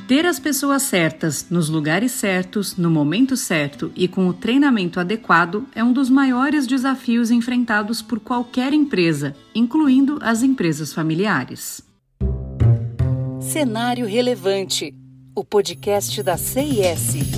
Ter as pessoas certas, nos lugares certos, no momento certo e com o treinamento adequado é um dos maiores desafios enfrentados por qualquer empresa, incluindo as empresas familiares. Cenário Relevante, o podcast da CIS.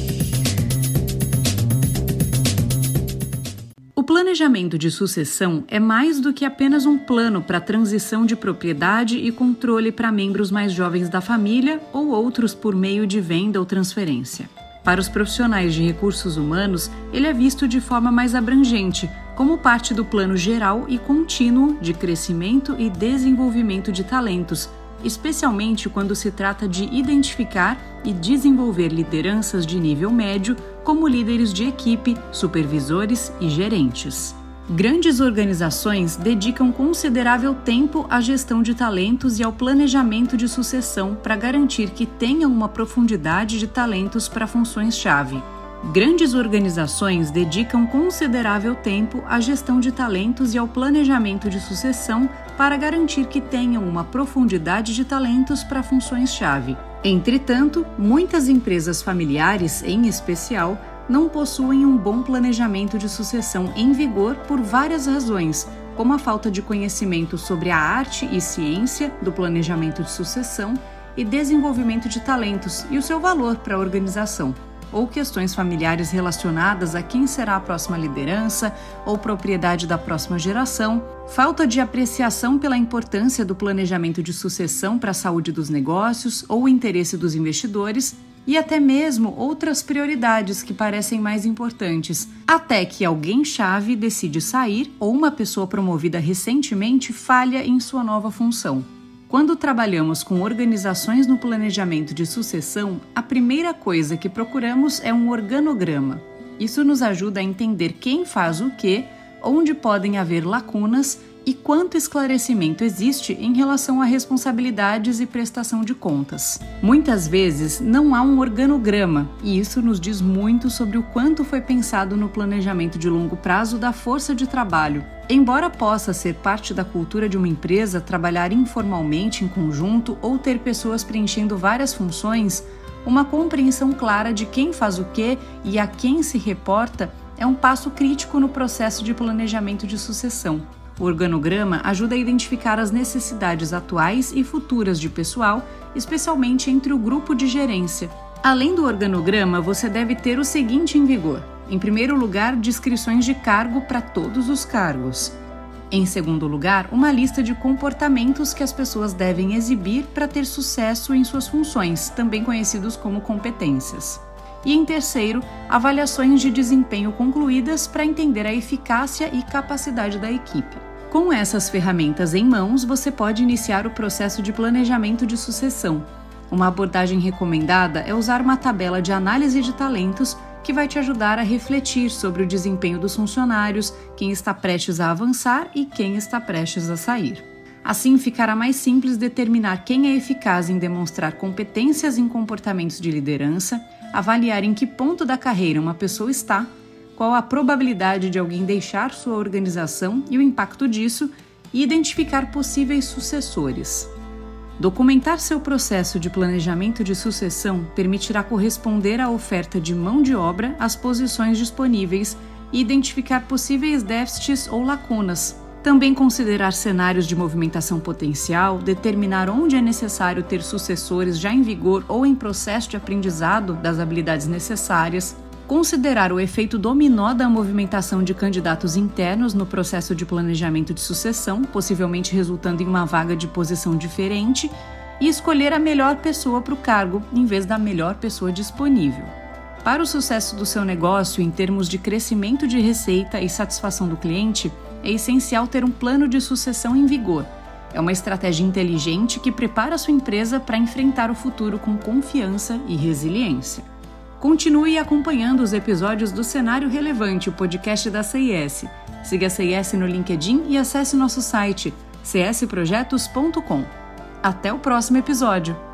O planejamento de sucessão é mais do que apenas um plano para transição de propriedade e controle para membros mais jovens da família ou outros por meio de venda ou transferência. Para os profissionais de recursos humanos, ele é visto de forma mais abrangente, como parte do plano geral e contínuo de crescimento e desenvolvimento de talentos, especialmente quando se trata de identificar e desenvolver lideranças de nível médio, como líderes de equipe, supervisores e gerentes. Grandes organizações dedicam considerável tempo à gestão de talentos e ao planejamento de sucessão para garantir que tenham uma profundidade de talentos para funções-chave. Grandes organizações dedicam considerável tempo à gestão de talentos e ao planejamento de sucessão para garantir que tenham uma profundidade de talentos para funções-chave. Entretanto, muitas empresas familiares, em especial, não possuem um bom planejamento de sucessão em vigor por várias razões, como a falta de conhecimento sobre a arte e ciência do planejamento de sucessão e desenvolvimento de talentos e o seu valor para a organização, ou questões familiares relacionadas a quem será a próxima liderança ou propriedade da próxima geração, falta de apreciação pela importância do planejamento de sucessão para a saúde dos negócios ou o interesse dos investidores, e até mesmo outras prioridades que parecem mais importantes, até que alguém-chave decide sair ou uma pessoa promovida recentemente falha em sua nova função. Quando trabalhamos com organizações no planejamento de sucessão, a primeira coisa que procuramos é um organograma. Isso nos ajuda a entender quem faz o quê, onde podem haver lacunas e quanto esclarecimento existe em relação a responsabilidades e prestação de contas. Muitas vezes não há um organograma, e isso nos diz muito sobre o quanto foi pensado no planejamento de longo prazo da força de trabalho. Embora possa ser parte da cultura de uma empresa trabalhar informalmente em conjunto ou ter pessoas preenchendo várias funções, uma compreensão clara de quem faz o quê e a quem se reporta é um passo crítico no processo de planejamento de sucessão. O organograma ajuda a identificar as necessidades atuais e futuras de pessoal, especialmente entre o grupo de gerência. Além do organograma, você deve ter o seguinte em vigor. Em primeiro lugar, descrições de cargo para todos os cargos. Em segundo lugar, uma lista de comportamentos que as pessoas devem exibir para ter sucesso em suas funções, também conhecidos como competências. E em terceiro, avaliações de desempenho concluídas para entender a eficácia e capacidade da equipe. Com essas ferramentas em mãos, você pode iniciar o processo de planejamento de sucessão. Uma abordagem recomendada é usar uma tabela de análise de talentos que vai te ajudar a refletir sobre o desempenho dos funcionários, quem está prestes a avançar e quem está prestes a sair. Assim, ficará mais simples determinar quem é eficaz em demonstrar competências em comportamentos de liderança, avaliar em que ponto da carreira uma pessoa está, qual a probabilidade de alguém deixar sua organização e o impacto disso, e identificar possíveis sucessores. Documentar seu processo de planejamento de sucessão permitirá corresponder à oferta de mão de obra às posições disponíveis e identificar possíveis déficits ou lacunas. Também considerar cenários de movimentação potencial, determinar onde é necessário ter sucessores já em vigor ou em processo de aprendizado das habilidades necessárias, considerar o efeito dominó da movimentação de candidatos internos no processo de planejamento de sucessão, possivelmente resultando em uma vaga de posição diferente, e escolher a melhor pessoa para o cargo, em vez da melhor pessoa disponível. Para o sucesso do seu negócio em termos de crescimento de receita e satisfação do cliente, é essencial ter um plano de sucessão em vigor. É uma estratégia inteligente que prepara a sua empresa para enfrentar o futuro com confiança e resiliência. Continue acompanhando os episódios do Cenário Relevante, o podcast da CIS. Siga a CIS no LinkedIn e acesse nosso site csprojetos.com. Até o próximo episódio!